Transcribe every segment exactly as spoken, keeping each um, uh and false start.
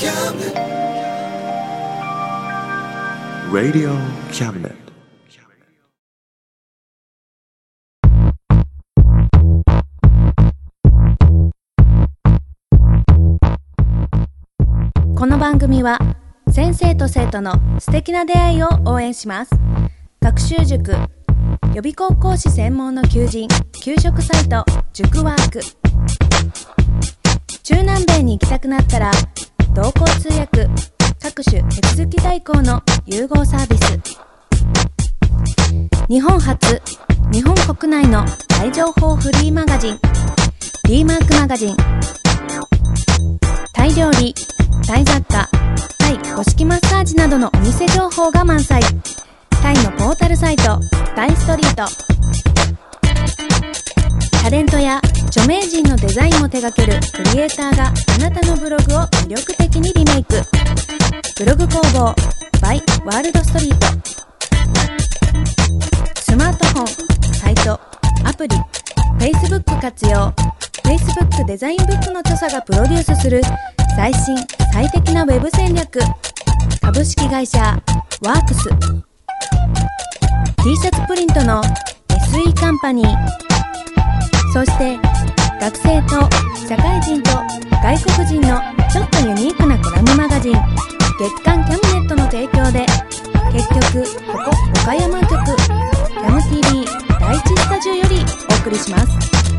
Radio Cabinet. この番組は先生と生徒の素敵な出会いを応援します。学習塾予備校講師専門の求人・給食サイト塾ワーク。中南米に行きたくなったら同行通訳、各種手続き代行の融合サービス。日本初、日本国内のタイ情報フリーマガジン D マークマガジン。タイ料理、タイ雑貨、タイ古式マッサージなどのお店情報が満載。タイのポータルサイトタイストリート。タレントや著名人のデザインも手掛けるクリエイターがあなたのブログを魅力的にリメイク。ブログ工房 by ワールドストリート。スマートフォン、サイト、アプリ、Facebook 活用。Facebook デザインブックの著者がプロデュースする最新最適なウェブ戦略。株式会社ワークス。 T シャツプリントの エスイー カンパニー。そして学生と社会人と外国人のちょっとユニークなコラムマガジン月刊キャムネットの提供で、結局ここ岡山局キャム ティーブイ 第一スタジオよりお送りします。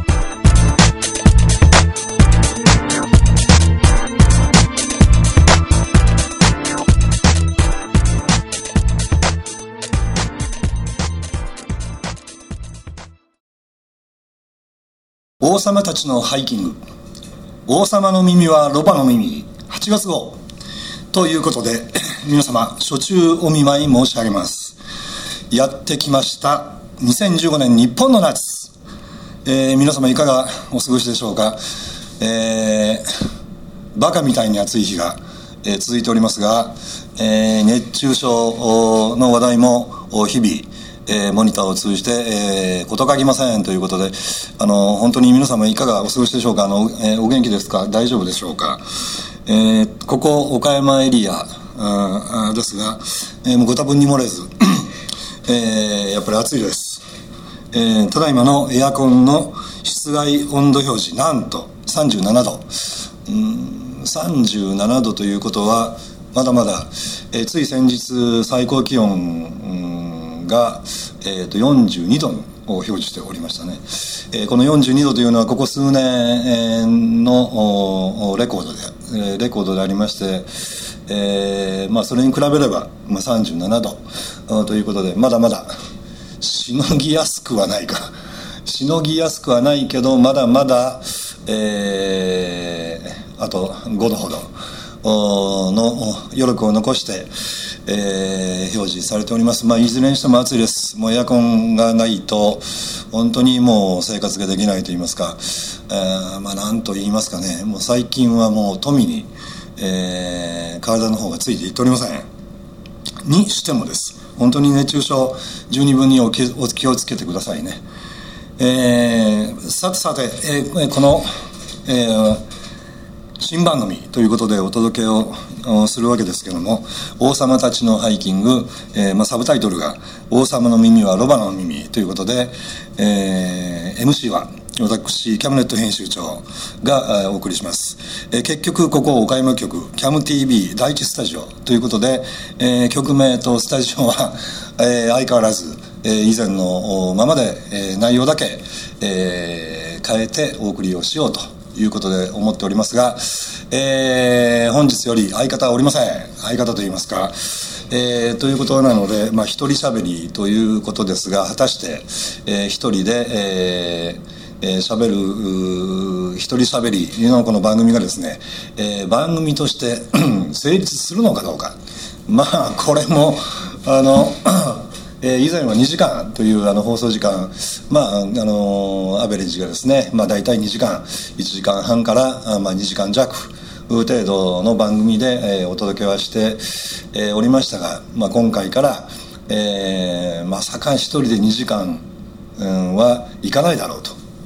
王様たちのハイキング、王様の耳はロバの耳、はちがつ号ということで、皆様初中お見舞い申し上げます。やってきましたにせんじゅうごねん日本の夏、えー、皆様いかがお過ごしでしょうか。えー、バカみたいに暑い日が、えー、続いておりますが、えー、熱中症の話題も日々えー、モニターを通じて、えー、ことがぎませんということで、あの本当に皆様いかがお過ごしでしょうか。あの、えー、お元気ですか、大丈夫でしょうか。えー、ここ岡山エリアあですが、えー、もうご多分に漏れず、えー、やっぱり暑いです。えー、ただいまのエアコンの室外温度表示なんとさんじゅうななど、うーんさんじゅうななどということはまだまだ、えー、つい先日最高気温、うんが、えー、とよんじゅうにどを表示しておりましたね。えー、このよんじゅうにどというのはここ数年のレコードで、えー、レコードでありまして、えーまあ、それに比べれば、まあ、さんじゅうななどということで、まだまだしのぎやすくはないかしのぎやすくはないけど、まだまだ、えー、あとごどほどの余力を残して、えー、表示されております。まあ、いずれにしても暑いです。もうエアコンがないと本当にもう生活ができないといいますか、えー、まあ何と言いますかね、もう最近はもう富に、えー、体の方がついていっておりません。にしてもです、本当に熱中症十二分にお気、お気をつけてくださいね。えー、さてさて、えー、この、えー新番組ということでお届けをするわけですけども、王様たちのハイキング、えーまあ、サブタイトルが王様の耳はロバの耳ということで、えー、エムシー は私キャムネット編集長がお送りします。えー、結局ここ岡山局キャム ティーブイ 第一スタジオということで、えー、局名とスタジオは、えー、相変わらず、えー、以前のままで、えー、内容だけ、えー、変えてお送りをしようということで思っておりますが、えー、本日より相方はおりません。相方といいますか、えー、ということなので、まあ、一人しゃべりということですが、果たして、えー、一人で、えーえー、しゃべる一人しゃべりのこの番組がですね、えー、番組として成立するのかどうか、まあこれもあのえー、以前はにじかんというあの放送時間、まああのー、アベレージがですね、まあ、大体にじかんいちじかんはんからあ、まあ、にじかんじゃく程度の番組で、えー、お届けはして、えー、おりましたが、まあ、今回から、えー、まさか一人でにじかん、うん、はいかないだろうと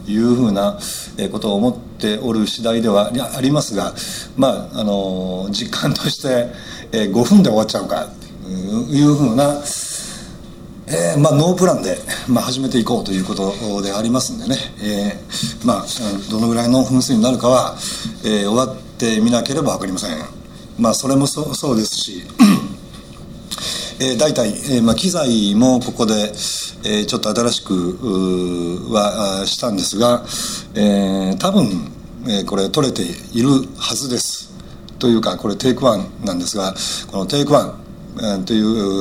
いうふうなことを思っておる次第ではありますが、まあ、あの実感としてごふんで終わっちゃうかというふうな、えーまあ、ノープランで、まあ、始めていこうということでありますんでね、えーまあ、どのぐらいの分数になるかは、えー、終わってみなければ分かりません。まあ、それも そ, そうですしえー、大体、えーまあ、機材もここで、えー、ちょっと新しくはしたんですが、えー、多分、えー、これ取れているはずです。というかこれテイクワンなんですが、このテイクワン、えー、という、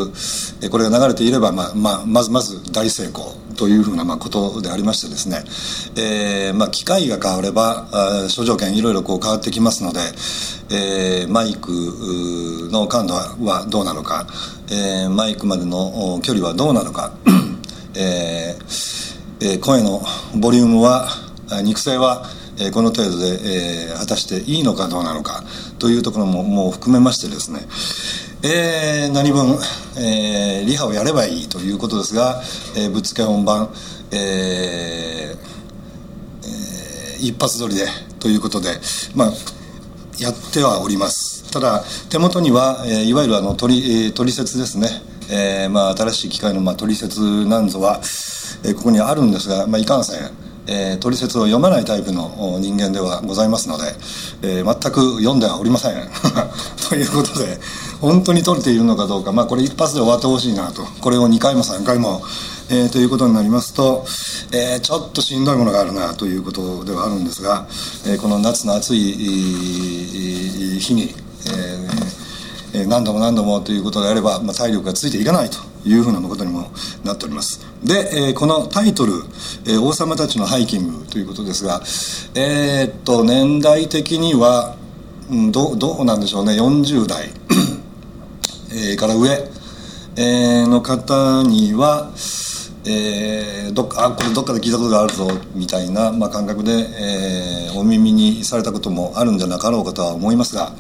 えー、これが流れていれば、まあまあ、まずまず大成功というふうな、まあ、ことでありましてですね、えーまあ、機械が変われば諸条件いろいろこう変わってきますので、えー、マイクの感度はどうなのか、えー、マイクまでの距離はどうなのか、えーえー、声のボリュームは肉声は、えー、この程度で、えー、果たしていいのかどうなのかというところももう含めましてですね、えー、何分、えー、リハをやればいいということですが、えー、ぶっつけ本番、えーえー、一発撮りでということで、まあ、やってはおります。ただ手元には、えー、いわゆるあの取り、取説ですね、えーまあ、新しい機械の、まあ、取説なんぞは、えー、ここにあるんですが、まあ、いかんせん、えー、取説を読まないタイプの人間ではございますので、えー、全く読んではおりませんということで本当に取れているのかどうか、まあ、これ一発で終わってほしいなと、これをにかいもさんかいも、えー、ということになりますと、えー、ちょっとしんどいものがあるなということではあるんですが、えー、この夏の暑い日に、えー、何度も何度もということであれば、まあ、体力がついていかないというふうなことにもなっております。で、えー、このタイトル、えー、王様たちのハイキングということですが、えー、っと年代的には、うん、ど, どうなんでしょうね、よんじゅう代、えー、から上、えー、の方には、えー、どっかあこれどっかで聞いたことがあるぞみたいな、まあ、感覚で、えー、お耳にされたこともあるんじゃなかろうかとは思いますが、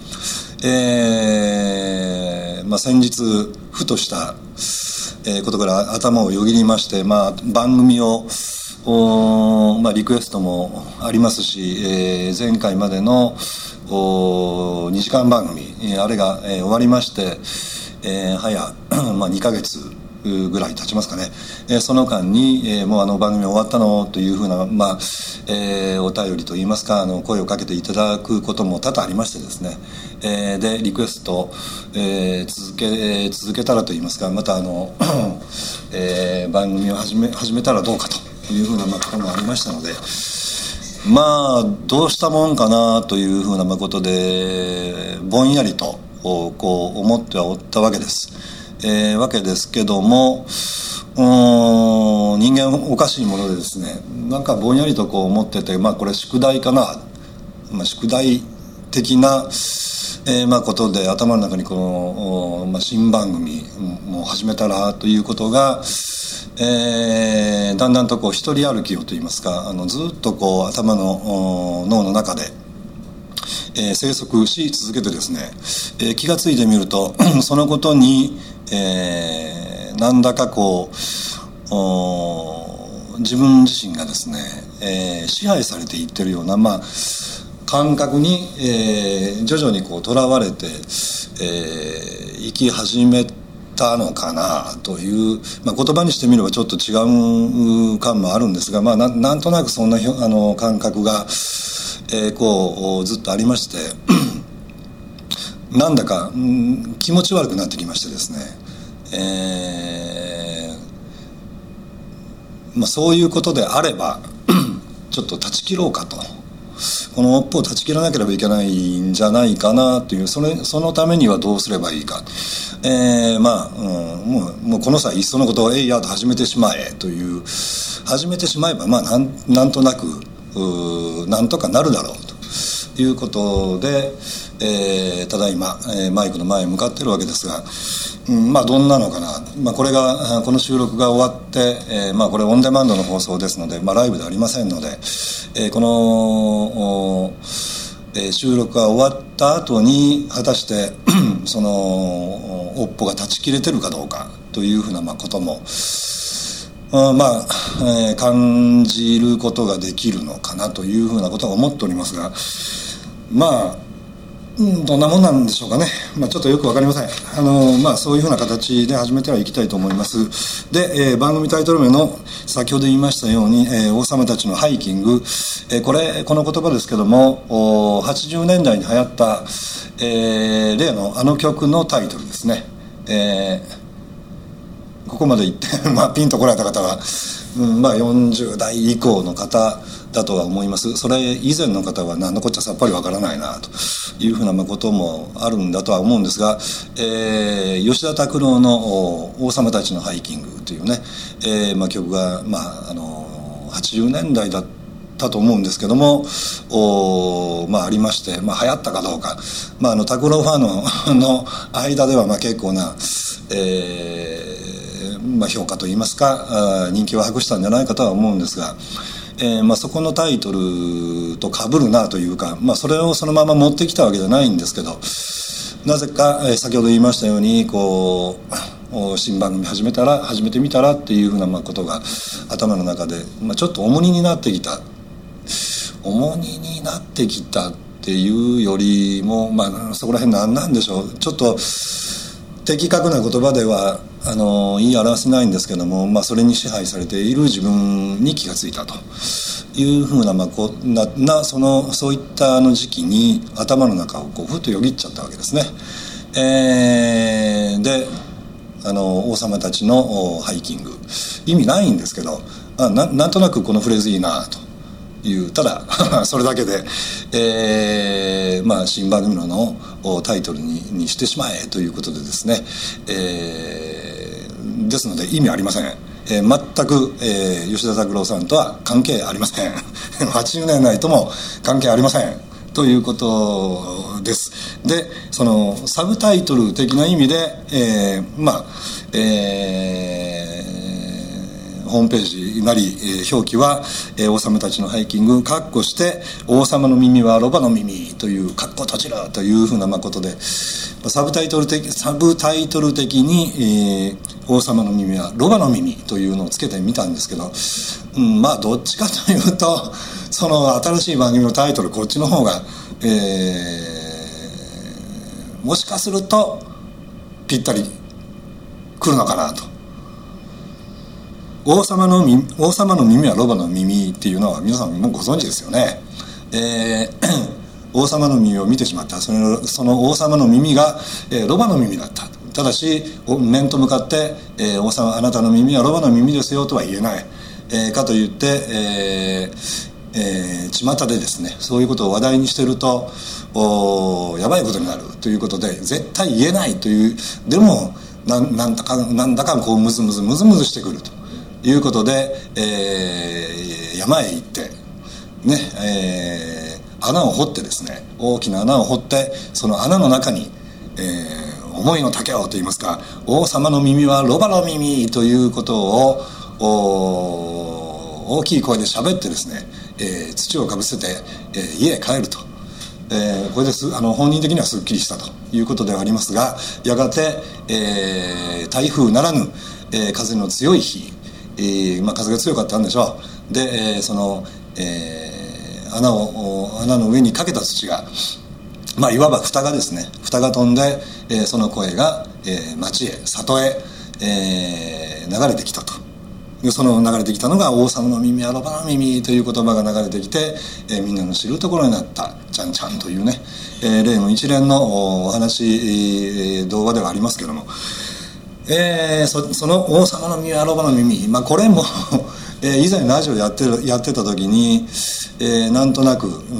えーまあ、先日ふとした、えー、ことから頭をよぎりまして、まあ、番組をお、まあ、リクエストもありますし、えー、前回までのおにじかん番組、えー、あれが、えー、終わりまして、えー、早、まあ、にかげつぐらい経ちますかね、えー、その間に、えー、もうあの番組終わったのというふうな、まあえー、お便りといいますか、あの声をかけていただくことも多々ありましてですね、えー、でリクエスト、えー、続け、えー、続けたらといいますか、またあの、えー、番組を始め、始めたらどうかというふうなこともありましたので、まあどうしたもんかなというふうなことでぼんやりとこう思ってはおったわけです。えー、わけですけども、うーん人間おかしいものでですね、なんかぼんやりとこう思ってて、まあこれ宿題かな、まあ、宿題的な、えー、まあことで頭の中にこの、まあ、新番組も始めたらということが、えー、だんだんとこう一人歩きをといいますか、あのずっとこう頭の脳の中でえー、生息し続けてですね、えー、気がついてみるとそのことに、えー、なんだかこう自分自身がですね、えー、支配されていってるような、まあ、感覚に、えー、徐々にこうとらわれて、えー、生き始めたのかなという、まあ、言葉にしてみればちょっと違う感もあるんですが、まあ、な, なんとなくそんなあの感覚がえー、こうずっとありましてなんだか、うん、気持ち悪くなってきましてですね、えーまあ、そういうことであればちょっと断ち切ろうかと、この尾っぽを断ち切らなければいけないんじゃないかなという、それそのためにはどうすればいいか、えー、まあ、うん、もう、もうこの際いっそのことをえいやと始めてしまえという、始めてしまえばまあなん、なんとなくなんとかなるだろうということで、えー、ただいま、えー、マイクの前に向かっているわけですが、うん、まあどんなのかな、まあ、これがこの収録が終わって、えーまあ、これオンデマンドの放送ですので、まあ、ライブではありませんので、えー、この、えー、収録が終わった後に果たしてその尾っぽが断ち切れてるかどうかというふうなまあこともあまあ、えー、感じることができるのかなというふうなことは思っておりますが、まあどんなもんなんでしょうかね、まあ、ちょっとよく分かりません。あの、まあ、そういうふうな形で始めてはいきたいと思います。で、えー、番組タイトル名の先ほど言いましたように、えー、王様たちのハイキング、えー、これこの言葉ですけどもはちじゅうねんだいに流行った、えー、例のあの曲のタイトルですね。えー、ここまで言って、まあ、ピンとこられた方は、うんまあ、よんじゅうだい以降の方だとは思います。それ以前の方は何のこっちゃさっぱりわからないなというふうなこともあるんだとは思うんですが、えー、吉田拓郎の「王様たちのハイキング」というね、えーまあ、曲が、まあ、あのはちじゅうねんだいだったと思うんですけどもお、まあ、ありまして、まあ、流行ったかどうか、まあ、あの拓郎ファン の, の間ではまあ結構な、えーまあ、評価といいますか人気を博したんじゃないかとは思うんですが、えーまあ、そこのタイトルと被るなというか、まあ、それをそのまま持ってきたわけじゃないんですけど、なぜか、えー、先ほど言いましたようにこう新番組始めたら始めてみたらっていうふうなまあことが頭の中で、まあ、ちょっと重荷になってきた重荷になってきたっていうよりも、まあ、そこら辺何なんでしょう、ちょっと的確な言葉ではあの言い表せないんですけども、まあ、それに支配されている自分に気がついたというふうな、まあ、こう な, なそのそういったあの時期に頭の中をこうふっとよぎっちゃったわけですね。えー、であの王様たちのハイキング意味ないんですけど、あ な, なんとなくこのフレーズいいなというただそれだけで、えーまあ、新番組のタイトル に, にしてしまえということでですね、えー、ですので意味ありません。えー、全く、えー、吉田拓郎さんとは関係ありませんはちじゅうねんだいとも関係ありませんということです。でそのサブタイトル的な意味で、えー、まあえーホームページなり、えー、表記は、えー、王様たちのハイキングカッコして王様の耳はロバの耳というカッコ閉じろというふうなまことでサブタイトル的、サブタイトル的に、えー、王様の耳はロバの耳というのをつけてみたんですけど、うん、まあどっちかというとその新しい番組のタイトルこっちの方が、えー、もしかするとぴったりくるのかなと。王様の耳、王様の耳はロバの耳っていうのは皆さんもご存知ですよね。えー、王様の耳を見てしまった。その、その王様の耳が、えー、ロバの耳だった。ただし面と向かって、えー、王様あなたの耳はロバの耳ですよとは言えない、えー、かといって、えーえー、巷でですねそういうことを話題にしてるとおやばいことになるということで絶対言えないというでもな ん, なんだかなんだかこうムズムズムズムズしてくるということで、えー、山へ行ってね、えー、穴を掘ってですね大きな穴を掘ってその穴の中に、えー、思いの丈をといいますか王様の耳はロバの耳ということを大きい声で喋ってですね、えー、土をかぶせて、えー、家へ帰ると、えー、これですあの本人的にはすっきりしたということではありますがやがて、えー、台風ならぬ、えー、風の強い日えーまあ、風が強かったんでしょう。で、えー、その、えー、穴を穴の上にかけた土が、まあ、いわば蓋がですね蓋が飛んで、えー、その声が、えー、町へ里へ、えー、流れてきたと。でその流れてきたのが王様の耳はロバの耳という言葉が流れてきて、えー、みんなの知るところになったちゃんちゃんというね、えー、例の一連のお話、えー、動画ではありますけどもえー、そ, その王様の耳はロバの耳、まあ、これも、えー、以前ラジオやってるやってた時に、えー、なんとなくうー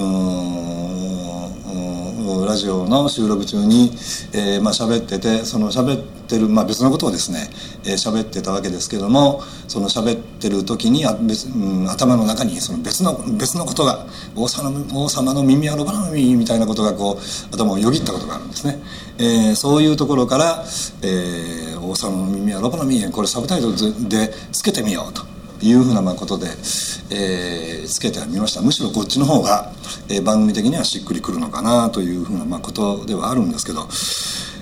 んラジオの収録中に、えーまあ、喋っててその喋ってる、まあ、別のことをですね、えー、喋ってたわけですけどもその喋ってる時にあ別、うん、頭の中にその別の別のことが王様の王様の耳はロバの耳みたいなことがこう頭をよぎったことがあるんですね。えー、そういうところから、えー、王様の耳はロバの耳これサブタイトルでつけてみようというふうなまあことで、えー、つけてみました。むしろこっちの方が、えー、番組的にはしっくりくるのかなというふうなまあことではあるんですけど、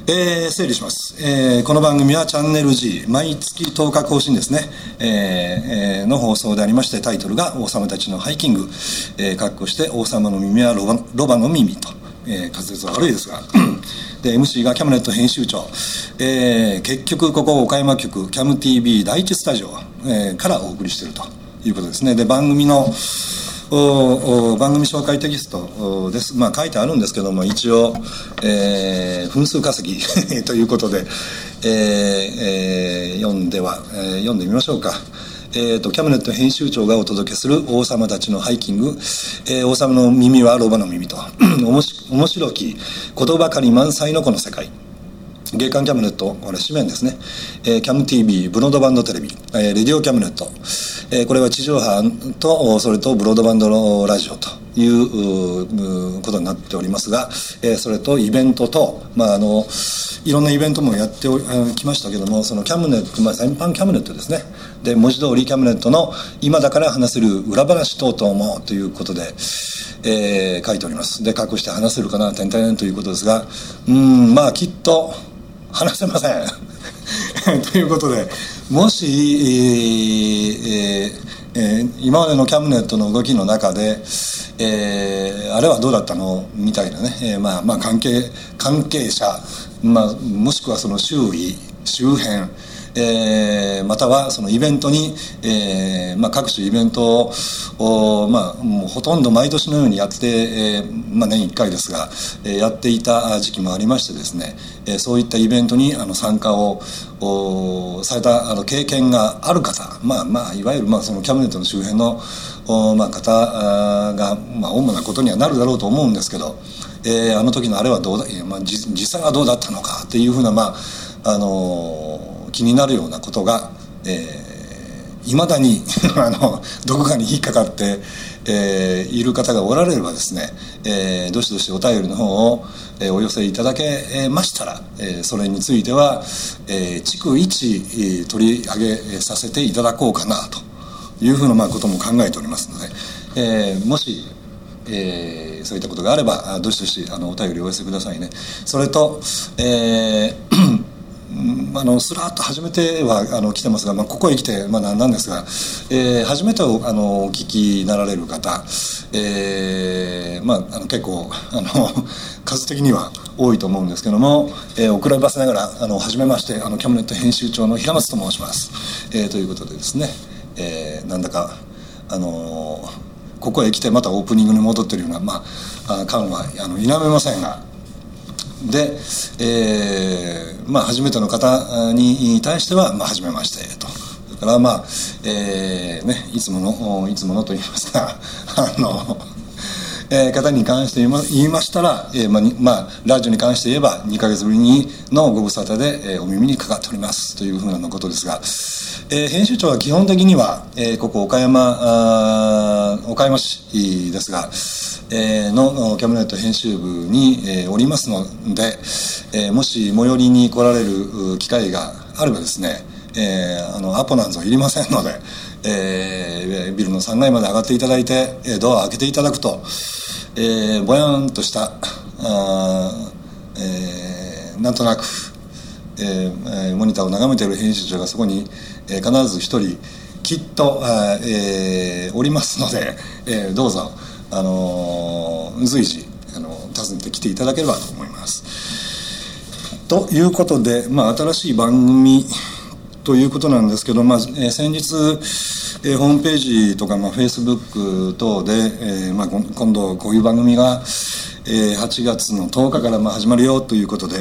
えー、整理します、えー、この番組はチャンネル G 毎月とおか更新ですね、えーえー、の放送でありまして、タイトルが王様たちのハイキング、えー、括弧して王様の耳はロバ、ロバの耳と、えー、滑舌は悪いですがで エムシー がキャムネット編集長、えー、結局ここ岡山局キャム ティービー 第一スタジオ、えー、からお送りしているということですね。で番組のおお番組紹介テキストです、まあ、書いてあるんですけども、一応、えー、分数稼ぎということで、えーえー、読んでは、えー、読んでみましょうか。えー、とキャムネット編集長がお届けする王様たちのハイキング、えー、王様の耳はロバの耳とおもし面白き言葉狩り満載のこの世界、月刊キャムネット、これ紙面ですね、えー、キャム ティービー ブロードバンドテレビ、えー、レディオキャムネット、えー、これは地上波とそれとブロードバンドのラジオということになっておりますが、えー、それとイベントと、まあ、あのいろんなイベントもやってきましたけども、そのキャムネット、まあ、全般キャムネットですね。で文字通りキャムネットの今だから話せる裏話等々もということで、えー、書いております。で隠して話せるかな点々ということですが、うーんまあきっと話せませんということで、もし、えーえー、今までのキャムネットの動きの中で、えー、あれはどうだったのみたいなね、えー、まあまあ関係関係者、まあ、もしくはその周囲周辺、えー、またはそのイベントに、えーまあ、各種イベントを、まあ、もうほとんど毎年のようにやって、えーまあ、年いっかいですが、えー、やっていた時期もありましてですね、えー、そういったイベントにあの参加をされたあの経験がある方、まあまあ、いわゆるまあそのキャムネットの周辺の、まあ、方が、まあ、主なことにはなるだろうと思うんですけど、えー、あの時のあれはどうだ、まあ、実際はどうだったのかっていうふうな、まああのー気になるようなことが、えー、未だにあのどこかに引っかかって、えー、いる方がおられればですね、えー、どしどしお便りの方を、えー、お寄せいただけましたら、えー、それについては、えー、逐一、えー、取り上げさせていただこうかなというふうな、まあ、ことも考えておりますので、えー、もしえー、そういったことがあればどしどしあのお便りをお寄せくださいね。それと、えーあのスラッと初めてはあの来てますが、まあ、ここへ来て、まあ、なんですが、えー、初めておあのお聞きになられる方、えーまあ、あの結構あの数的には多いと思うんですけども、えー、遅ればせながらあの初めましてあのキャムネット編集長の平松と申します、えー、ということでですね、えー、なんだかあのここへ来てまたオープニングに戻っているような、まあ、感はあの否めませんが、で、えーまあ、初めての方に対しては、まあ、初めましてと。それからまあ、えーね、いつものいつものと言いますかあの、えー、方に関して言いましたら、えーまあまあ、ラジオに関して言えばにかげつぶりにのご無沙汰で、えー、お耳にかかっておりますというふうなことですが、えー、編集長は基本的には、えー、ここ岡山あ岡山市ですが、えー、のキャムネット編集部に、えー、おりますので、えー、もし最寄りに来られる機会があればですね、えー、あのアポなんぞいりませんので、えー、ビルのさんがいまで上がっていただいてドアを開けていただくと、えー、ぼやんとしたあ、えー、なんとなく、えー、モニターを眺めている編集長がそこに、えー、必ず一人きっと、えー、おりますので、えー、どうぞあのー、随時あの訪ねてきていただければと思います。ということで、まあ、新しい番組ということなんですけど、まあえー、先日、えー、ホームページとか、まあ、フェイスブック等で、えーまあ、今度こういう番組が、えー、はちがつのとおかからまあ始まるよということで、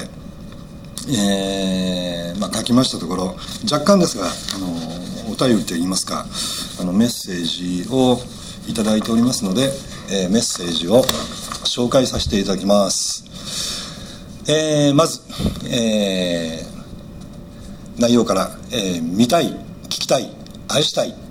えーまあ、書きましたところ、若干ですが、あのー、お便りといいますかあのメッセージをいただいておりますので、えー、メッセージを紹介させていただきます。えー、まず、えー、内容から、えー、見たい、聞きたい、愛したい、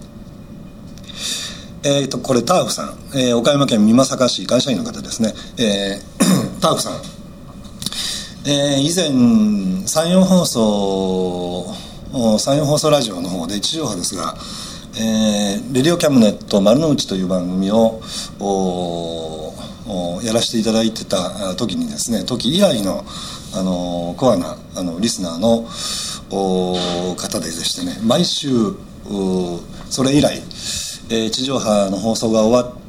えー、とこれターフさん、えー、岡山県美作市会社員の方ですね、えー、ターフさん、えー、以前山陽放送山陽放送ラジオの方で地上波ですが、えー、レディオキャムネット丸の内という番組をやらせていただいてた時にですね、時以来のあのコアなあのリスナーの方ででしてね、毎週それ以来、えー、地上波の放送が終わって、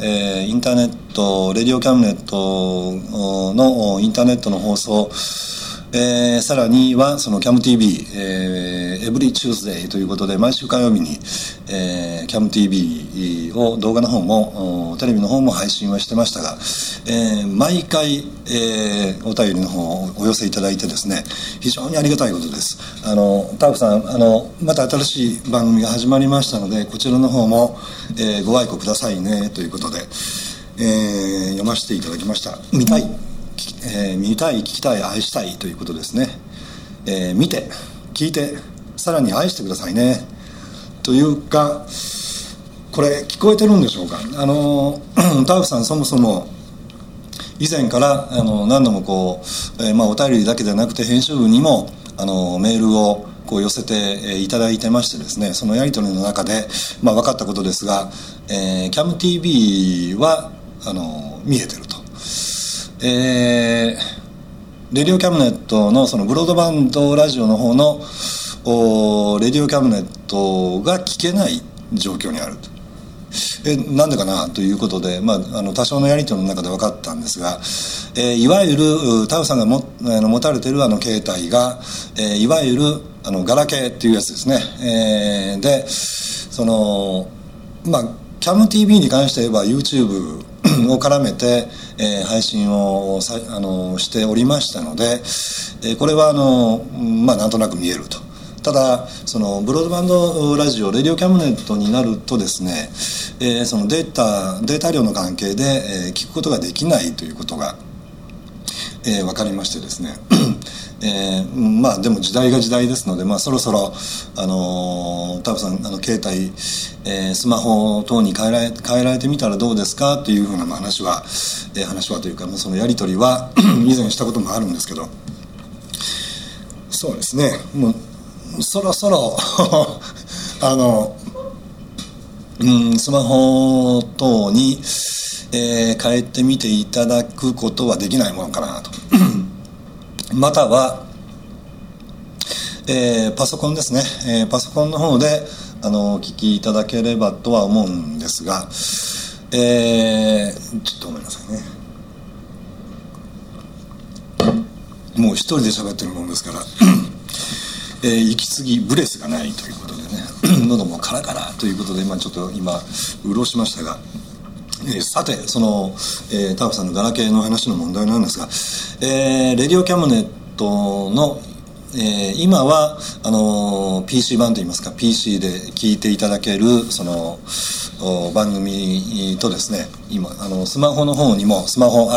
えー、インターネットレディオキャムネットのインターネットの放送、えー、さらにはその キャムティービー、えー、エブリーチューズデイということで毎週火曜日に、えー、キャムティービー を動画の方もテレビの方も配信はしてましたが、えー、毎回、えー、お便りの方をお寄せいただいてですね、非常にありがたいことです。あのターフさん、あのまた新しい番組が始まりましたので、こちらの方も、えー、ご愛顧くださいねということで、えー、読ませていただきました。見たいえー、見たい、聞きたい、愛したいということですね。えー、見て聞いてさらに愛してくださいねというか、これ聞こえてるんでしょうか。あのターフさん、そもそも以前からあの何度もこう、えーまあ、お便りだけではなくて編集部にもあのメールをこう寄せていただいてましてですね、そのやり取りの中で、まあ、分かったことですが、えー、キャムティービー はあの見えてると。えー、レディオキャムネットのそのブロードバンドラジオの方のレディオキャムネットが聞けない状況にあると。えなんでかなということで、まあ、あの多少のやり取りの中で分かったんですが、えー、いわゆるタウさんがもあの持たれているあの携帯が、えー、いわゆるあのガラケーっていうやつですね。えー、でそのまあキャムティービー に関して言えば YouTube を絡めて、えー、配信をさあのしておりましたので、えー、これはあの、まあ、なんとなく見えると。ただそのブロードバンドラジオレディオキャムネットになるとですね、えー、そのデータデータ量の関係で、えー、聞くことができないということが、えー、分かりましてですねえー、まあでも時代が時代ですので、まあ、そろそろあのー、タブさんあの携帯、えー、スマホ等に変えられ、変えられてみたらどうですかというふうな話は、えー、話はというかそのやり取りは以前したこともあるんですけど、そうですね、もうそろそろあの、うん、スマホ等に、えー、変えてみていただくことはできないものかなとまたは、えー、パソコンですね、えー、パソコンの方であのお聞きいただければとは思うんですが、えー、ちょっとごめんなさいね、もう一人で喋ってるもんですから、えー、息継ぎブレスがないということでね喉もカラカラということで今ちょっと今潤しましたが、えー、さてその、えー、ターフさんのガラケーの話の問題なんですが、えー、レディオキャムネットの、えー、今はあのー、ピーシー 版といいますか ピーシー で聞いていただけるその番組とですね、今あのスマホの方にもスマホ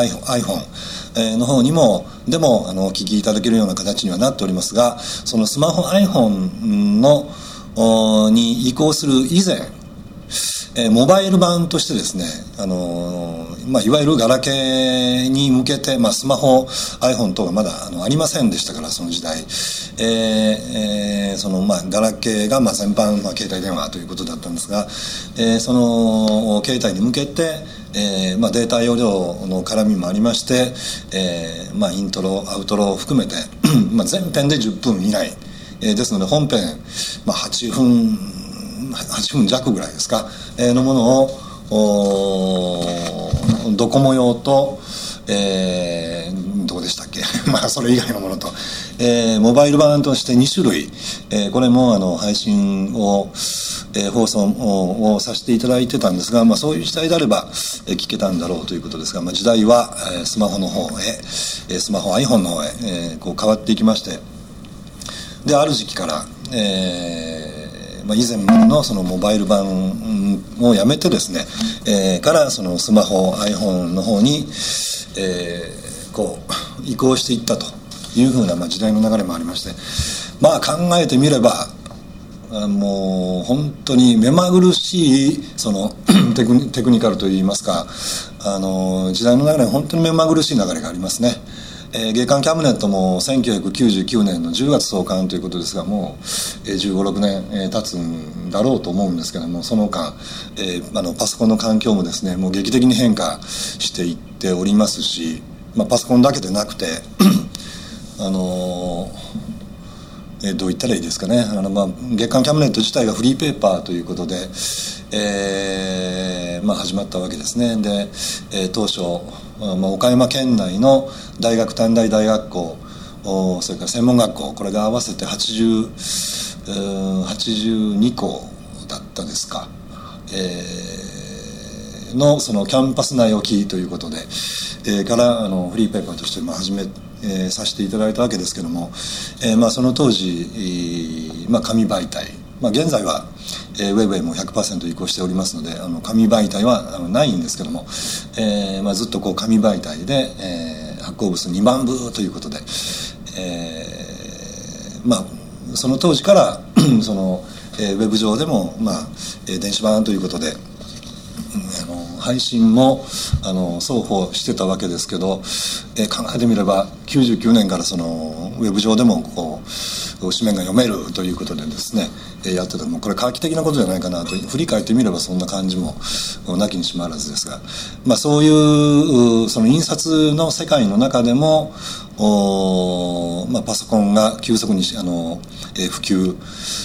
iPhone の方にもでもあのお聞きいただけるような形にはなっておりますが、そのスマホ iPhone のに移行する以前、えー、モバイル版としてですね、あのーまあ、いわゆるガラケーに向けて、まあ、スマホ iPhone 等がまだあのありませんでしたからその時代、えーえーそのまあ、ガラケーがまあ全般、まあ、携帯電話ということだったんですが、えー、その携帯に向けて、えーまあ、データ容量の絡みもありまして、えーまあ、イントロアウトロを含めてまあ全編でじゅっぷん以内、えー、ですので本編、まあ、はちふんはちふん弱ぐらいですか、えー、のものをドコモ用と、えー、どうでしたっけまあそれ以外のものと、えー、モバイル版としてに種類、えー、これもあの配信を、えー、放送をさせていただいてたんですが、まあ、そういう時代であれば、えー、聞けたんだろうということですが、まあ、時代は、えー、スマホの方へ、えー、スマホ iPhone の方へ、えー、こう変わっていきまして、である時期から、えーまあ、以前のそのモバイル版をやめてですね、えー、からそのスマホ iPhone の方に、えー、こう移行していったというふうな、まあ、時代の流れもありまして、まあ考えてみればもう本当に目まぐるしいそのテクニ、テクニカルといいますか、あの時代の流れは本当に目まぐるしい流れがありますね。 えー、月刊キャムネットもせんきゅうひゃくきゅうじゅうきゅうねんのじゅうがつ創刊ということですが、もう、えー、じゅうご、ろくねん、えー、経つんだろうと思うんですけども、その間、えー、あのパソコンの環境もですね、もう劇的に変化していっておりますし、まあ、パソコンだけでなくてあのーえー、どう言ったらいいですかね、あの、まあ、月刊キャムネット自体がフリーペーパーということで、えーまあ、始まったわけですね。で、えー、当初、まあ、岡山県内の大学、短大大学校、それから専門学校、これが合わせてはちじゅう、はちじゅうにこだったですか、えー、のそのキャンパス内置きということで、えー、からあのフリーペーパーとしてまあ始め、えー、させていただいたわけですけども、えーまあ、その当時、えーまあ、紙媒体、まあ、現在はえー、ウェブへも ひゃくパーセント 移行しておりますので、あの紙媒体はあのないんですけども、えーまあ、ずっとこう紙媒体で、えー、発行部数にまんぶということで、えーまあ、その当時からその、えー、ウェブ上でも、まあえー、電子版ということで、うん、あの配信もあの双方してたわけですけど、えー、考えてみればきゅうじゅうきゅうねんからそのウェブ上でもこう紙面が読めるということでですね、やってたもうこれ画期的なことじゃないかなと振り返ってみればそんな感じもなきにしもあらずですが、まあ、そういうその印刷の世界の中でもお、まあ、パソコンが急速にあの、えー、普及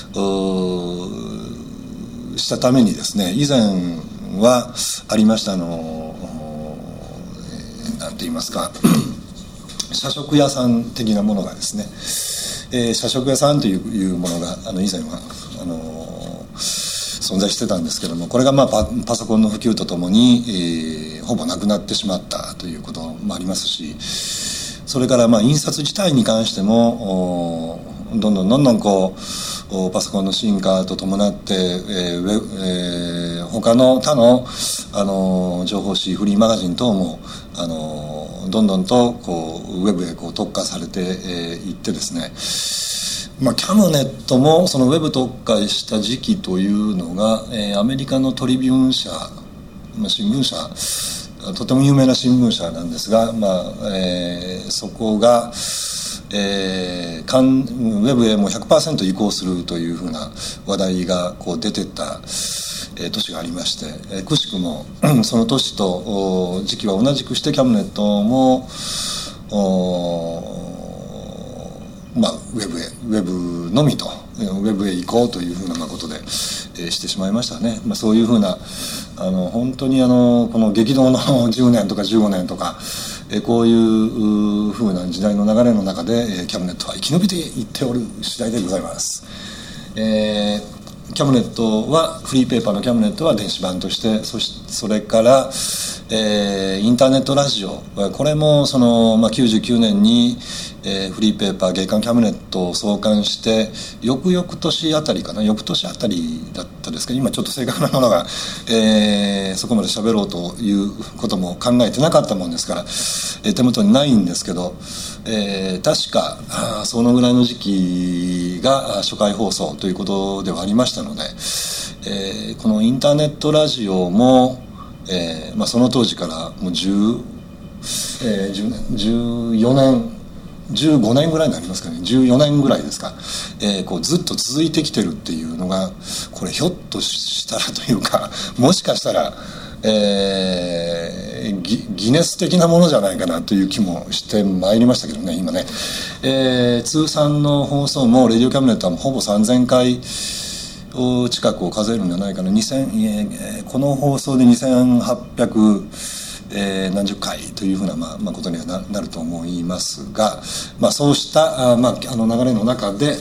したためにですね、以前はありましたあの、えー、なんて言いますか社食屋さん的なものがですね、えー、社食屋さんというものがあの以前はあの存在してたんですけども、これがまあ パ, パソコンの普及とともに、えー、ほぼなくなってしまったということもありますし、それからまあ印刷自体に関してもどんどんどんどんこうパソコンの進化と伴って、えーウェえー、他の他の、あの情報誌フリーマガジン等もあのどんどんとこうウェブへこう特化されてい、えー、ってですね、まあ、キャムネットもそのウェブ特化した時期というのが、えー、アメリカのトリビューン社、まあ、新聞社とても有名な新聞社なんですが、まあえー、そこが、えー、かんウェブへも ひゃくパーセント 移行するというふうな話題がこう出てた、えー、年がありまして、えー、くしくもその年と時期は同じくしてキャムネットもまあ、ウェブへウェブのみとウェブへ行こうというふうなことで、えー、してしまいましたね。まあ、そういうふうなあの本当にあのこの激動のじゅうねんとかじゅうごねんとか、えー、こういうふうな時代の流れの中で、えー、キャムネットは生き延びていっておる次第でございます。えー、キャムネットはフリーペーパーのキャムネットは電子版として、そしそれから、えー、インターネットラジオ、これもその、まあ、きゅうじゅうきゅうねんに、えー、フリーペーパー月刊キャムネットを創刊して翌々年あたりかな翌年あたりだったですか、今ちょっと正確なものが、えー、そこまで喋ろうということも考えてなかったもんですから、えー、手元にないんですけど、えー、確かあそのぐらいの時期が初回放送ということではありましたので、えー、このインターネットラジオもえーまあ、その当時からもうじゅう、えー、じゅうねんじゅうよねんじゅうごねんぐらいになりますかね、じゅうよねんぐらいですか、えー、こうずっと続いてきてるっていうのが、これひょっとしたらというかもしかしたら、えー、ギ, ギネス的なものじゃないかなという気もしてまいりましたけどね今ね、えー、通算の放送もレディオキャムネットはほぼさんぜんかい近くを数えるんじゃないかな、にせん、えー、この放送でにせんはっぴゃく、えー、何十回というふうな、まあまあ、ことには な, なると思いますが、まあ、そうしたあ、まあ、あの流れの中で、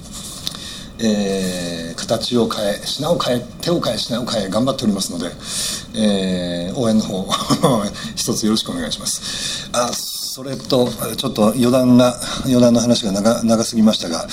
えー、形を変え品を変え手を変え品を変え頑張っておりますので、えー、応援の方一つよろしくお願いします。あそれとちょっと余談が余談の話が 長, 長すぎましたが、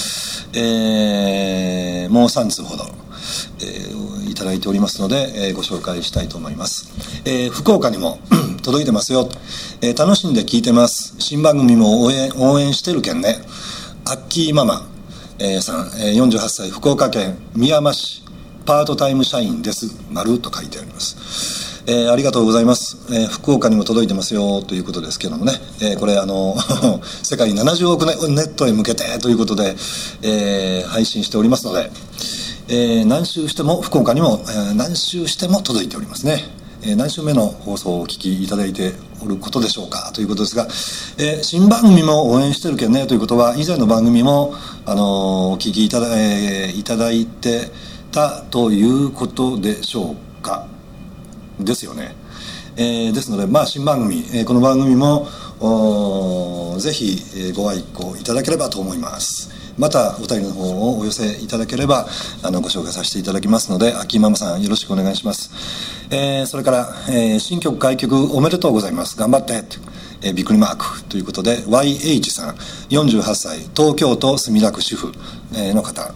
えー、もうさんつうほど、えー、いただいておりますので、えー、ご紹介したいと思います。えー、福岡にも届いてますよ、えー、楽しんで聞いてます、新番組も応援応援してるけんね、アッキーママ、えー、さん、えー、よんじゅうはっさい福岡県宮山市パートタイム社員です丸と書いてあります。 えー、ありがとうございます、えー、福岡にも届いてますよということですけどもね、えー、これあの世界ななじゅうおくネットへ向けてということで、えー、配信しておりますので、えー、何周しても福岡にも、えー、何周しても届いておりますね。えー、何週目の放送をお聞きいただいておることでしょうかということですが、えー、新番組も応援してるけんねということは、以前の番組も、あのー、お聞きいただ、えー、いただいてたということでしょうかですよね。えー、ですので、まあ、新番組、えー、この番組もぜひ、えー、ご愛顧いただければと思います。またお便りの方をお寄せいただければあのご紹介させていただきますので、秋ママさんよろしくお願いします。えー、それから、えー、新曲開局おめでとうございます、頑張って、えー、びっくりマークということで ワイエイチ さんよんじゅうはっさい東京都墨田区主婦、えー、の方、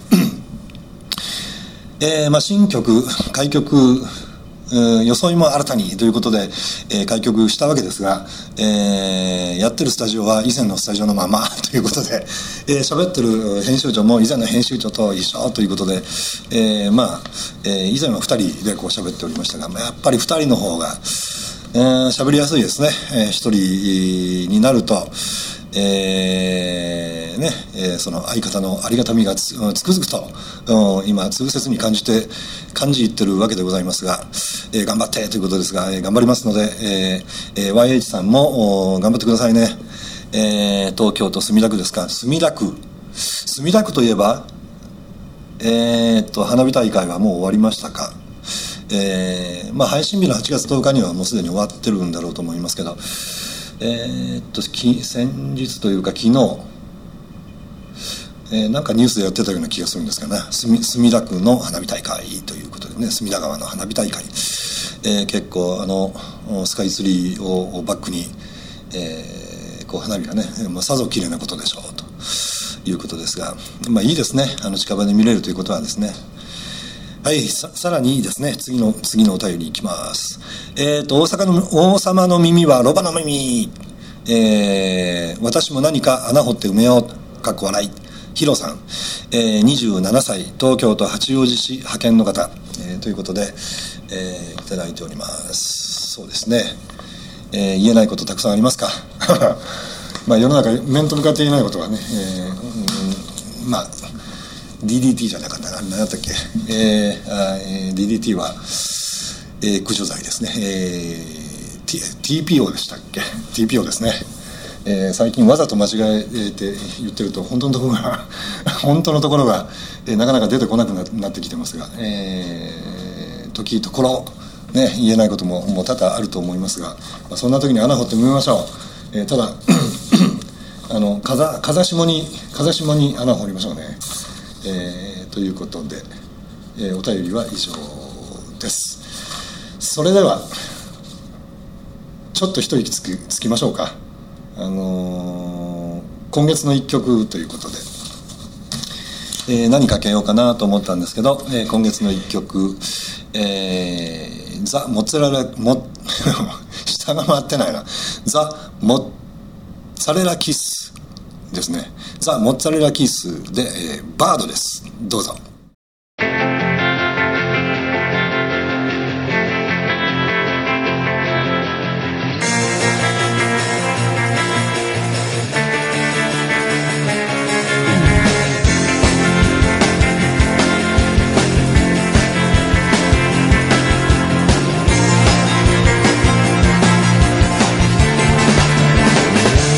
えーまあ、新曲開局装いも新たにということで、えー、開局したわけですが、えー、やってるスタジオは以前のスタジオのままということで、えー、喋ってる編集長も以前の編集長と一緒ということで、えー、まあ、えー、以前はふたりでこう喋っておりましたが、やっぱりふたりの方が、えー、喋りやすいですね。えー、ひとりになると、えーねえー、その相方のありがたみがつ, つくづくと今痛切に感じて感じいってるわけでございますが、えー、頑張ってということですが、えー、頑張りますので、えーえー、ワイエイチ さんも頑張ってくださいね。えー、東京都墨田区ですか。墨田区墨田区といえば、えー、っと花火大会はもう終わりましたか。えーまあ、配信日のはちがつとおかにはもうすでに終わってるんだろうと思いますけど、えー、っと先日というか昨日、えー、なんかニュースでやってたような気がするんですがね、墨田区の花火大会ということでね、墨田川の花火大会、えー、結構あのスカイツリーをバックに、えー、こう花火がね、まあ、さぞ綺麗なことでしょうということですが、まあいいですね、あの近場で見れるということはですね。はい、さ, さらにですね、次の次のお便りいきます。えーと大阪の王様の耳はロバの耳、えー、私も何か穴掘って埋めようかっこ笑いヒロさん、えー、にじゅうななさい東京都八王子市派遣の方、えー、ということで、えー、いただいております。そうですね、えー、言えないことたくさんありますかまあ世の中面と向かって言えないことはね、えーうん、まあディーディーティー じゃなかったな、何だったっけ、えーあえー、ディーディーティー は、えー、駆除剤ですね、えー、T、ティーピーオー でしたっけ、 ティーピーオー ですね、えー、最近わざと間違えて言ってると本当のところが本当のところが、えー、なかなか出てこなく な, なってきてますが、えー、時ところ、ね、言えないことももう多々あると思いますが、まあ、そんな時に穴掘ってみましょう。えー、ただあの 風, 風下に風下に穴を掘りましょうね。えー、ということで、えー、お便りは以上です。それではちょっと一息つ き, つきましょうか。あのー、今月の一曲ということで、えー、何かけようかなと思ったんですけど、えー、今月の一曲、えー、ザ・モッツァレラも下が回ってないなザ・モッツァレラキスですね。ザ・モッツァレラキスで、えー、バードです。どうぞ。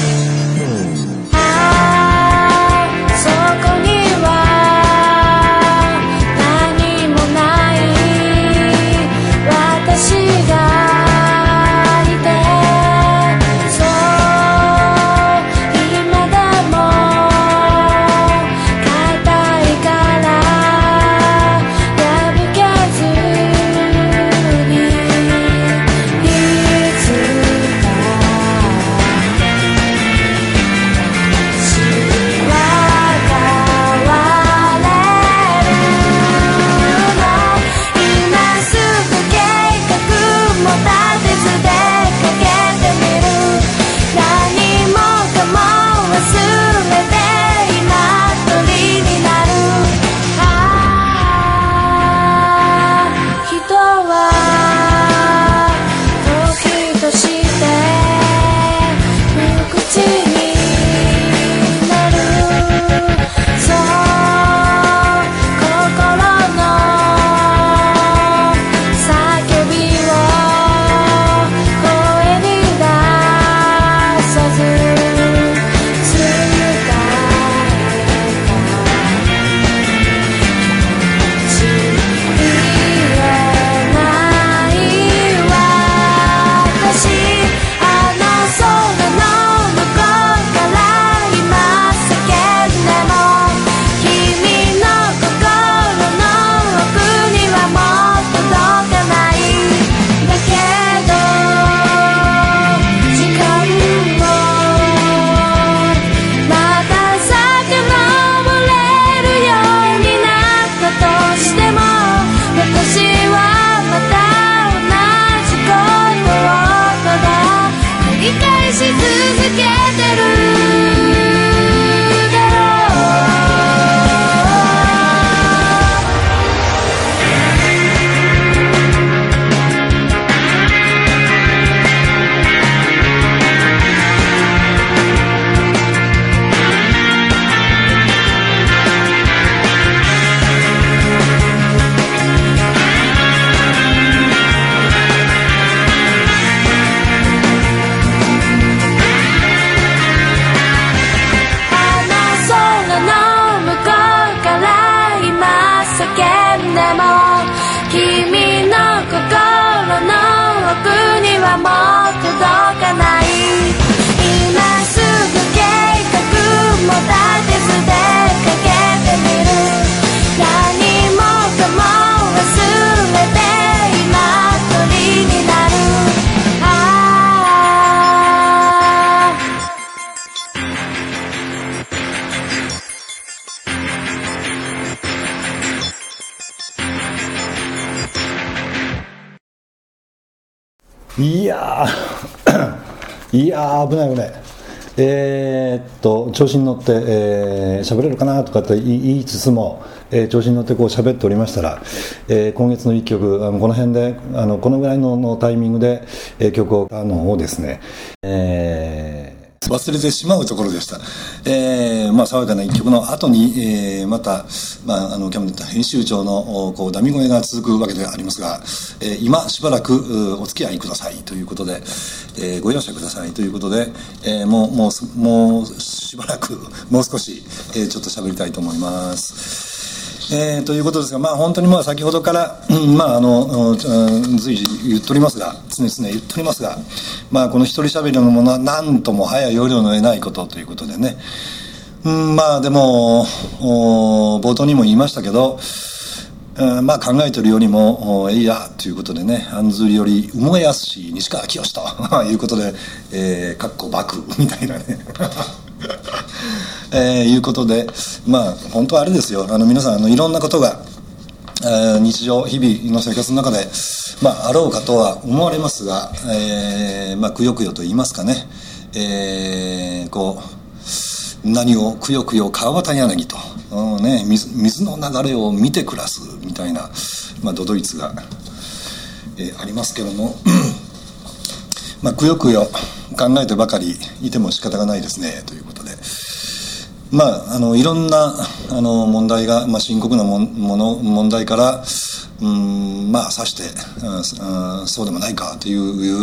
そこにはいやーいやー危ない危ない。えー、っと調子に乗って、えー、喋れるかなとかって言いつつも、えー、調子に乗ってこう喋っておりましたら、えー、今月のいっきょく、あのこの辺であのこのぐらい の, のタイミングで、えー、曲をあのをですね、えー忘れてしまうところでした。えーまあ、爽やかな一曲の後に、えー、また、まあ、あのキャムネット編集長のこうダミ声が続くわけでありますが、えー、今しばらくお付き合いくださいということで、えー、ご容赦くださいということで、えー、もうもうもうしばらくもう少し、えー、ちょっと喋りたいと思います。えー、ということですが、まあ、本当にまあ先ほどから、うんまあ、あの随時言っておりますが常々言っておりますが、まあ、この一人喋りのものは何とも早い要領の得ないことということでね、うん、まあでも冒頭にも言いましたけど、うん、まあ考えてるよりもえいやということでね、案ずるよりうもえやすし西川きよしということで、えー、かっこ幕みたいなねえー、いうことで、まあ本当はあれですよ、あの皆さんあのいろんなことが、えー、日常日々の生活の中で、まあ、あろうかとは思われますが、えーまあ、くよくよと言いますかね、えー、こう何をくよくよ川端柳と、うんね、水, 水の流れを見て暮らすみたいな、まあ、都々逸が、えー、ありますけどもまあ、くよくよ考えてばかりいても仕方がないですねということで、まあ、あのいろんなあの問題が、まあ、深刻なもの問題からうんまあさして、うん、そうでもないかという、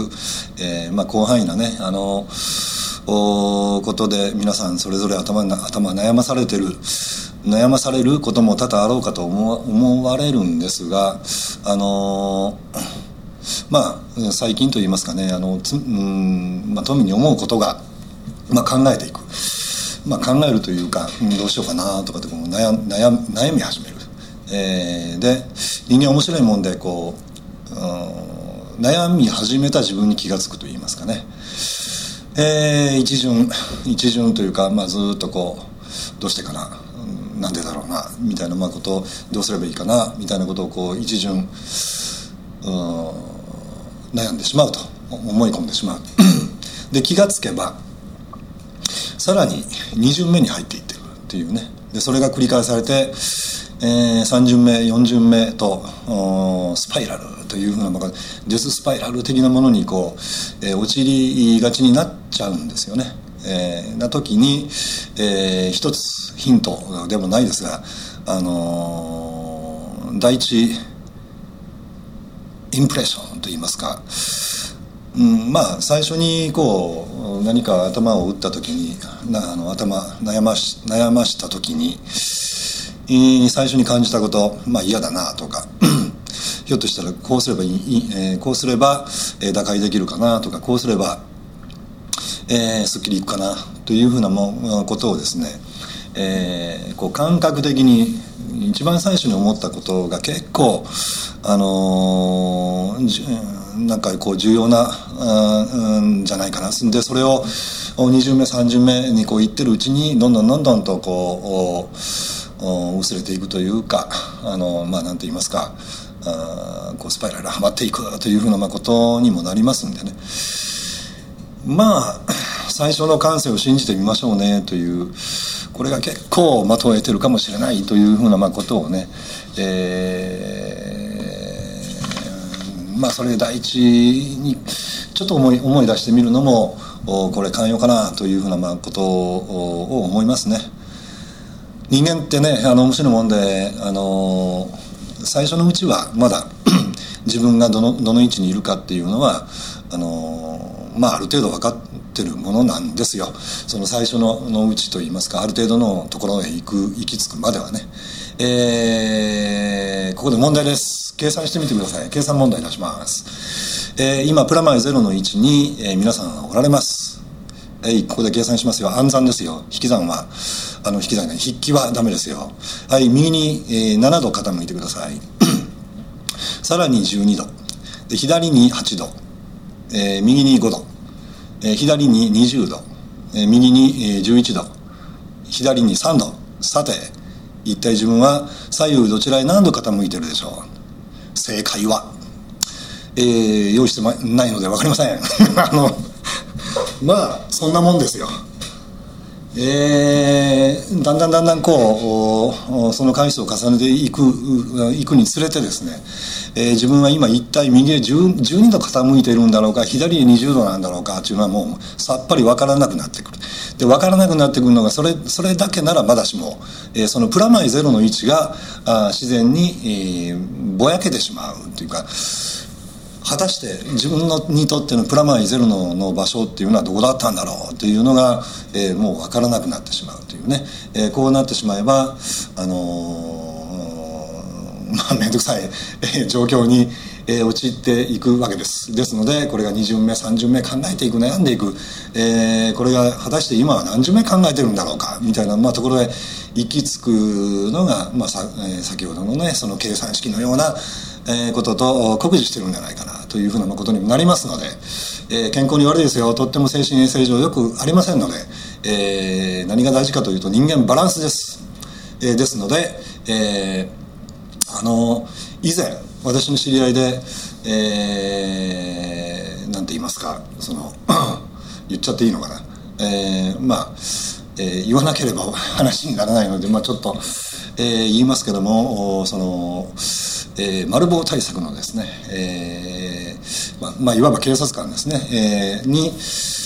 えーまあ、広範囲なねあのことで皆さんそれぞれ頭頭悩まされてる悩まされることも多々あろうかと思, 思われるんですが、あのまあ最近といいますかね、あのつ、うんまあ、富に思うことが、まあ、考えていく、まあ、考えるというか、うん、どうしようかなとかってこう 悩, 悩, 悩み始める、えー、で人間面白いもんでこう、うん、悩み始めた自分に気がつくといいますかね、えー、一巡一巡というか、まあ、ずっとこうどうしてかな、うん、なんでだろうなみたいな、まあ、ことをどうすればいいかなみたいなことをこう一巡、うん、悩んでしまうと思い込んでしまうで気がつけばさらにに巡目に入っていってるっていうね、でそれが繰り返されて、えー、さん巡目よん巡目とスパイラルというふうなデススパイラル的なものにこう、えー、陥りがちになっちゃうんですよね。えー、な時に、えー、一つヒントでもないですが、あのー、第一インプレッションといいますか、うん、まあ最初にこう何か頭を打った時になあの頭悩まし悩ました時に、えー、最初に感じたこと、まあ嫌だなとかひょっとしたらこうすればいい、えー、こうすれば、えー、打開できるかなとか、こうすれば、えー、すっきりいくかなというふうなもことをですね、えー、こう感覚的に一番最初に思ったことが結構あのー、なんかこう重要な、うん、じゃないかな。でそれをに巡目さん巡目にこう言ってるうちにどんどんどんどんとこう薄れていくというか、あのまあなんて言いますか、あこうスパイラルはまっていくというふうなまあことにもなりますんでね、まあ最初の感性を信じてみましょうねという、これが結構的を得てるかもしれないというふうなまあことをね、えー、まあそれ第一にちょっと思い思い出してみるのもこれ寛容かなというふうなまあことを思いますね。人間ってね、あの面白いもんで、あの最初のうちはまだ自分がどのどの位置にいるかっていうのはあのまあある程度分かってるものなんですよ。その最初ののうちといいますか、ある程度のところへ行く行き着くまではね、えー、ここで問題です。計算してみてください。計算問題出します。えー、今プラマイゼロの位置に、えー、皆さんおられます。えー、ここで計算しますよ。暗算ですよ。引き算はあの引き算ね、筆記はダメですよ。はい、右に、えー、ななど傾いてください。さらにじゅうにどで、左にはちど、えー、右にごど、えー、左ににじゅうど、えー、右にじゅういちど、左にさんど。さて一体自分は左右どちらへ何度傾いてるでしょう。正解は、 えー、用意してないので分かりませんあのまあそんなもんですよ。えー、だんだんだんだんこうその回数を重ねていくいくにつれてですね、えー、自分は今一体右へじゅうにど傾いているんだろうか、左へにじゅうどなんだろうかというのはもうさっぱり分からなくなってくる。で分からなくなってくるのがそれそれだけならまだしも、えー、そのプラマイゼロの位置があ自然に、えー、ぼやけてしまうというか、果たして自分のにとってのプラマイゼロ の, の場所っていうのはどこだったんだろうというのが、えー、もう分からなくなってしまうというね、えー、こうなってしまえばあのー、まあ面倒くさい、えー、状況に、えー、陥っていくわけです。ですのでこれがに巡目さん巡目考えていく、悩んでいく、えー、これが果たして今は何巡目考えてるんだろうかみたいな、まあ、ところへ行き着くのが、まあさえー、先ほどのねその計算式のようなえー、ことと酷似してるんじゃないかなというふうなことにもなりますので、えー、健康に悪いですよ。とっても精神衛生上よくありませんので、えー、何が大事かというと人間バランスです、えー、ですので、えー、あの以前私の知り合いで、えー、なんて言いますか、その言っちゃっていいのかな、えー、まあ、えー、言わなければ話にならないので、まあ、ちょっと、えー、言いますけども、そのえー、マル暴対策のですね、えーままあ、いわば警察官ですね、えー、に、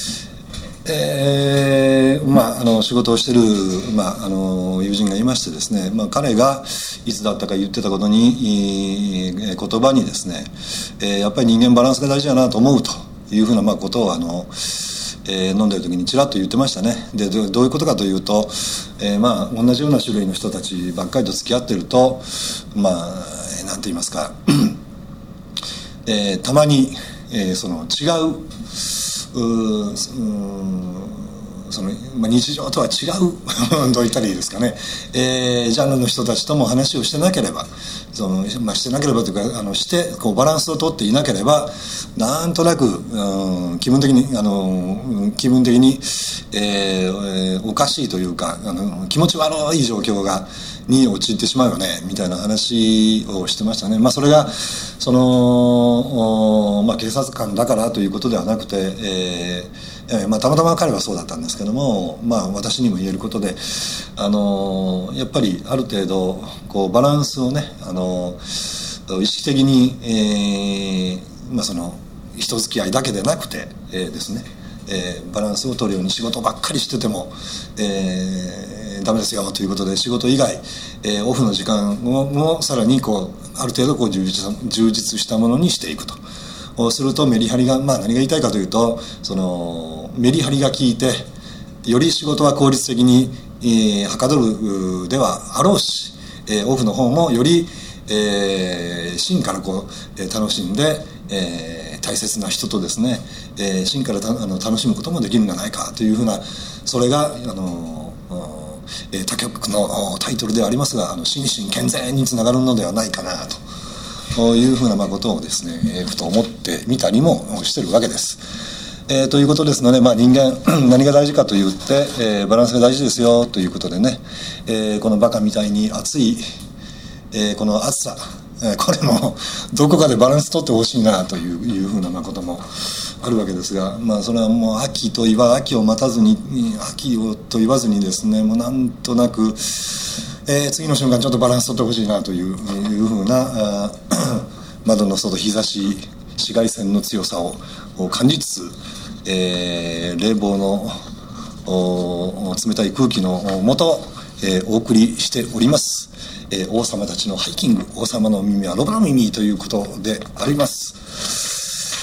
えーまあ、あの仕事をしている、まあ、あの友人がいましてですね、まあ、彼がいつだったか言ってたことに言葉にですね、えー、やっぱり人間バランスが大事だなと思うというふうな、まあ、ことをあのえー、飲んでる時にちらっと言ってましたね。で ど, どういうことかというと、えー、まあ同じような種類の人たちばっかりと付き合ってると、まあなんて言いますか、えー、たまに、えー、その違う、ううその、まあ、日常とは違うどう言ったらいいですかね、えー、ジャンルの人たちとも話をしてなければ、その、まあ、してなければというかあのしてこうバランスをとっていなければなんとなく、うん、気分的にあの気分的に、えー、おかしいというかあの気持ち悪い状況がに陥ってしまうよねみたいな話をしてましたね。まあ、それがその、まあ、警察官だからということではなくて、えーまあ、たまたま彼はそうだったんですけども、まあ、私にも言えることで、あのやっぱりある程度こうバランスをね、あの意識的に、えーまあ、その人付き合いだけでなくて、えー、ですね、えー、バランスを取るように仕事ばっかりしてても、えー、ダメですよということで仕事以外、えー、オフの時間をもさらにこうある程度こう充実、充実したものにしていくと。するとメリハリが、まあ、何が言いたいかというとそのメリハリが効いてより仕事は効率的に、えー、はかどるではあろうし、えー、オフの方もより、えー、芯からこう、えー、楽しんで、えー、大切な人とですね、えー、芯からたあの楽しむこともできるんじゃないかというふうな、それがあの、えー、他局のタイトルではありますが、あの心身健全につながるのではないかなとというふうなまあことをですね、えー、ふと思ってみたりもしてるわけです。えー、ということですので、まあ、人間何が大事かと言って、えー、バランスが大事ですよということでね、えー、このバカみたいに暑い、えー、この暑さ、えー、これもどこかでバランス取ってほしいなという、いうふうなまあこともあるわけですが、まあ、それはもう秋と言わ秋を待たずに秋をと言わずにですね、もうなんとなくえー、次の瞬間ちょっとバランス取ってほしいなという、いうふうな窓の外日差し紫外線の強さを感じつつ、えー、冷房の冷たい空気の下、えー、お送りしております、えー、王様たちのハイキング、王様の耳はロバの耳ということであります。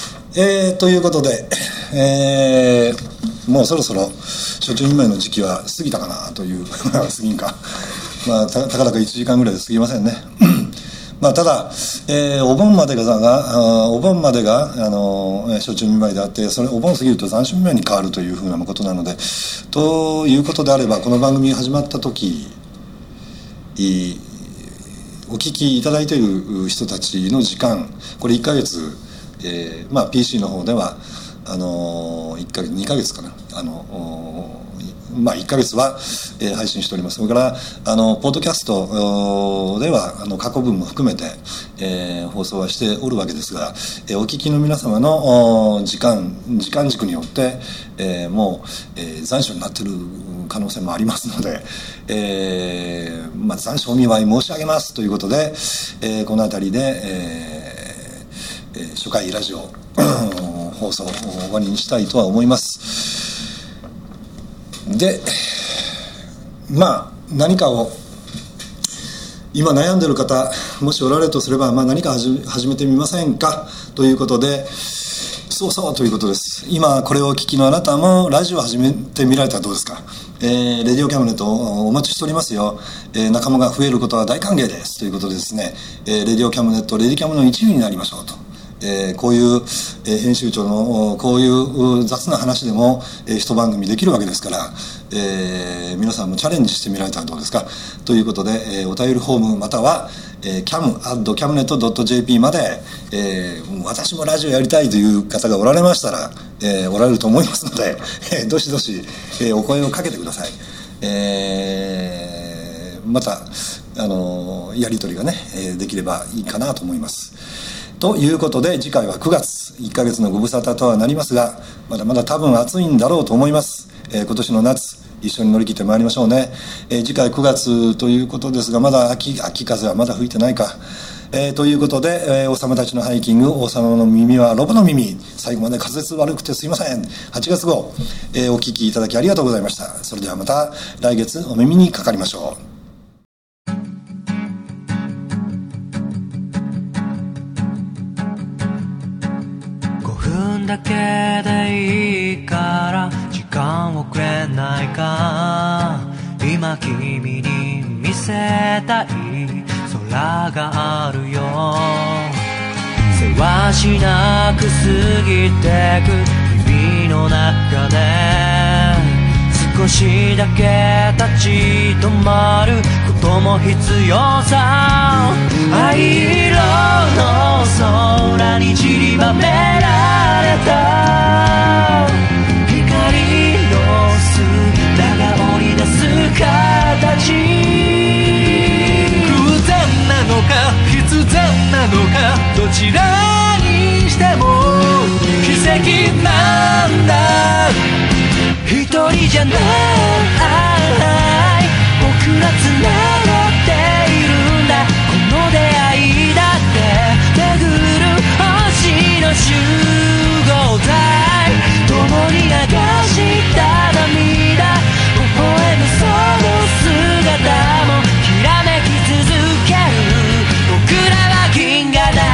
えー、ということで、えー、もうそろそろ暑中見舞いの時期は過ぎたかなという過ぎんかまあ、た, たかだかいちじかんぐらいで過ぎませんねまあただ、えー、お盆までががお盆までがあの暑中見舞いであって、それお盆過ぎると残暑見舞いに変わるというふうなことなので、ということであればこの番組が始まった時お聞きいただいている人たちの時間、これいっかげつ、えーまあ、ピーシー の方ではあのいっかげつにかげつかな、あのまあ、いっかげつは、えー、配信しております。それからあのポッドキャストではあの過去分も含めて、えー、放送はしておるわけですが、えー、お聞きの皆様の時間時間軸によって、えー、もう、えー、残暑になっている可能性もありますので、えーまあ、残暑お見舞い申し上げますということで、えー、この辺りで、えーえー、初回ラジオ放送を終わりにしたいとは思います。で、まあ何かを今悩んでいる方もしおられるとすれば、まあ、何か始始めてみませんかということで、そうそうということです。今これをお聞きのあなたもラジオを始めてみられたらどうですか。えー、レディオキャムネットお待ちしておりますよ。えー、仲間が増えることは大歓迎ですということでですね、えー、レディオキャムネットレディキャムの一部になりましょうと。えー、こういう、えー、編集長のこういう雑な話でも、えー、一番組できるわけですから、えー、皆さんもチャレンジしてみられたらどうですかということで、えー、お便りフォームまたは、えー、キャムアットキャムネットドットジェーピー まで、えー、私もラジオやりたいという方がおられましたら、えー、おられると思いますので、えー、どしどし、えー、お声をかけてください。えー、またあのやり取りがね、えー、できればいいかなと思います。ということで次回はくがついっかげつのご無沙汰とはなりますが、まだまだ多分暑いんだろうと思います。えー、今年の夏一緒に乗り切ってまいりましょうね。えー、次回くがつということですが、まだ秋秋風はまだ吹いてないか。えー、ということで、えー、王様たちのハイキング、王様の耳はロボの耳、最後まで滑舌悪くてすいません。はちがつ号、えー、お聞きいただきありがとうございました。それではまた来月お耳にかかりましょう。 だけでいいから時間をくれないか。今君に見せたい空があるよ。せわしなく過ぎてく日々の中で少しだけ立ち止まることも必要さ。灰色の空に散りばめられた光の砂が織り出す形。偶然なのか必然なのか、どちらにしても奇跡なんだ。一人じゃない僕ら繋がっているんだ。この出会いだって巡る星の集合体、共に流した涙、微笑むその姿もきらめき続ける。僕らは銀河だ。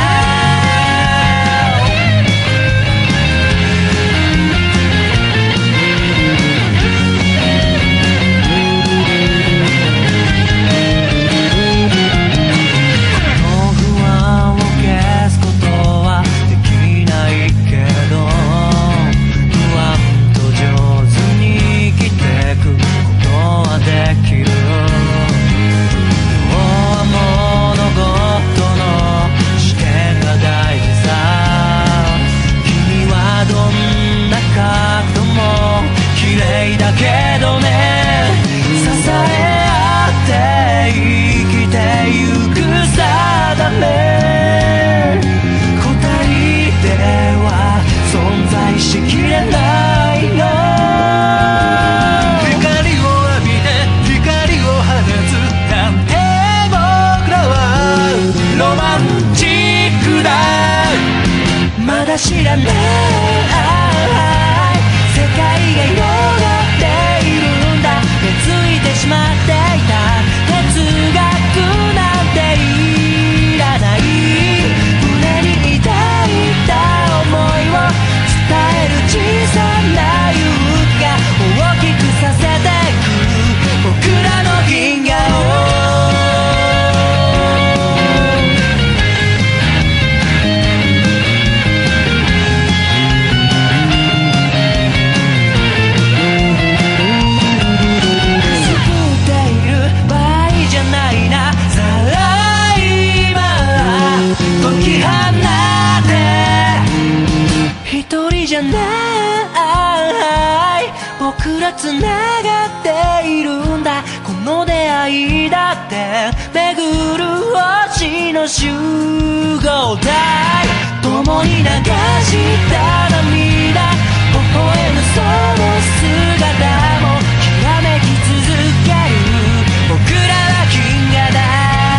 僕らつながっているんだ。この出会いだって巡る星の集合体。共に流した涙、微笑むその姿もきらめき続ける。僕らは銀河だ、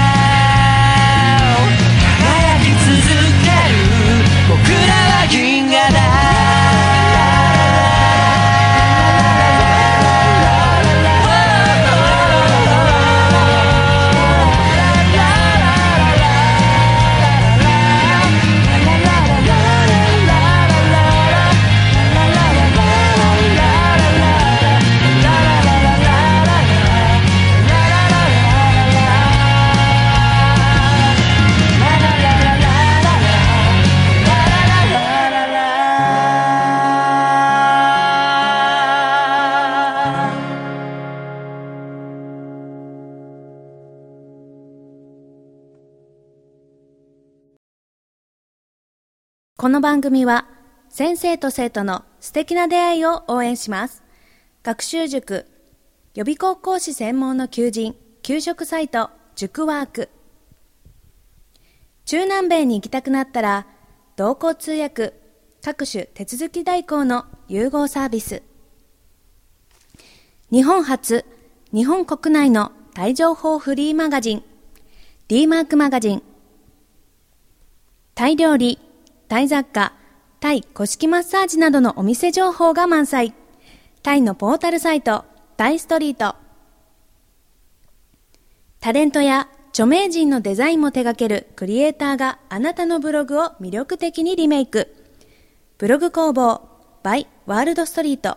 輝き続ける。僕らは銀河だ。 この番組は先生と生徒の素敵な出会いを応援します。学習塾予備校講師専門の求人・給食サイト塾ワーク。中南米に行きたくなったら同行通訳、各種手続き代行の融合サービス。日本初、日本国内のタイ情報フリーマガジン D マークマガジン。タイ料理、タイ雑貨、タイ古式マッサージなどのお店情報が満載。タイのポータルサイト、タイストリート。タレントや著名人のデザインも手掛けるクリエイターがあなたのブログを魅力的にリメイク。ブログ工房 by ワールドストリート。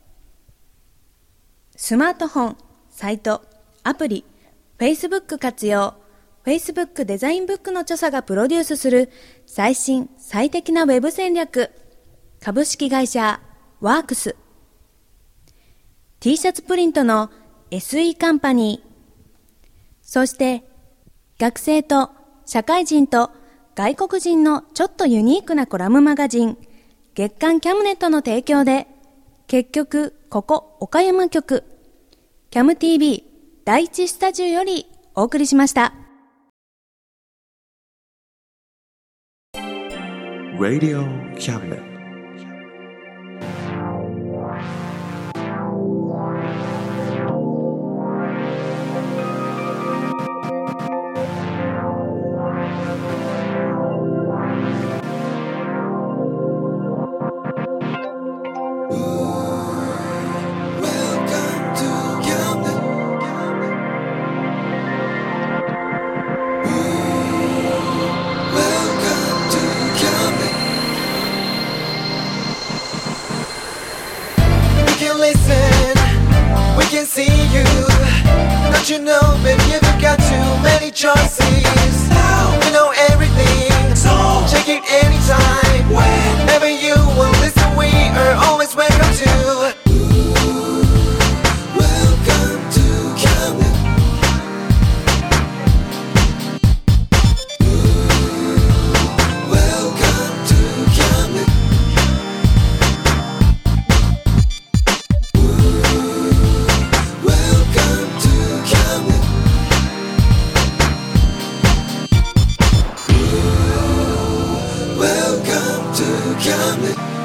スマートフォン、サイト、アプリ、Facebook 活用。Facebook デザインブックの著者がプロデュースする最新最適なウェブ戦略。株式会社ワークス。T シャツプリントの エスイー カンパニー。そして学生と社会人と外国人のちょっとユニークなコラムマガジン月刊キャムネットの提供で、結局ここ岡山局キャム ティーブイ 第一スタジオよりお送りしました。 Radio Cabinet. You know, baby, you've got too many choices. You know everything, so check it anytime. Whenever you will listen, we are always welcome to. Welcome to Camden. Welcome to Camden. Welcome to Camden.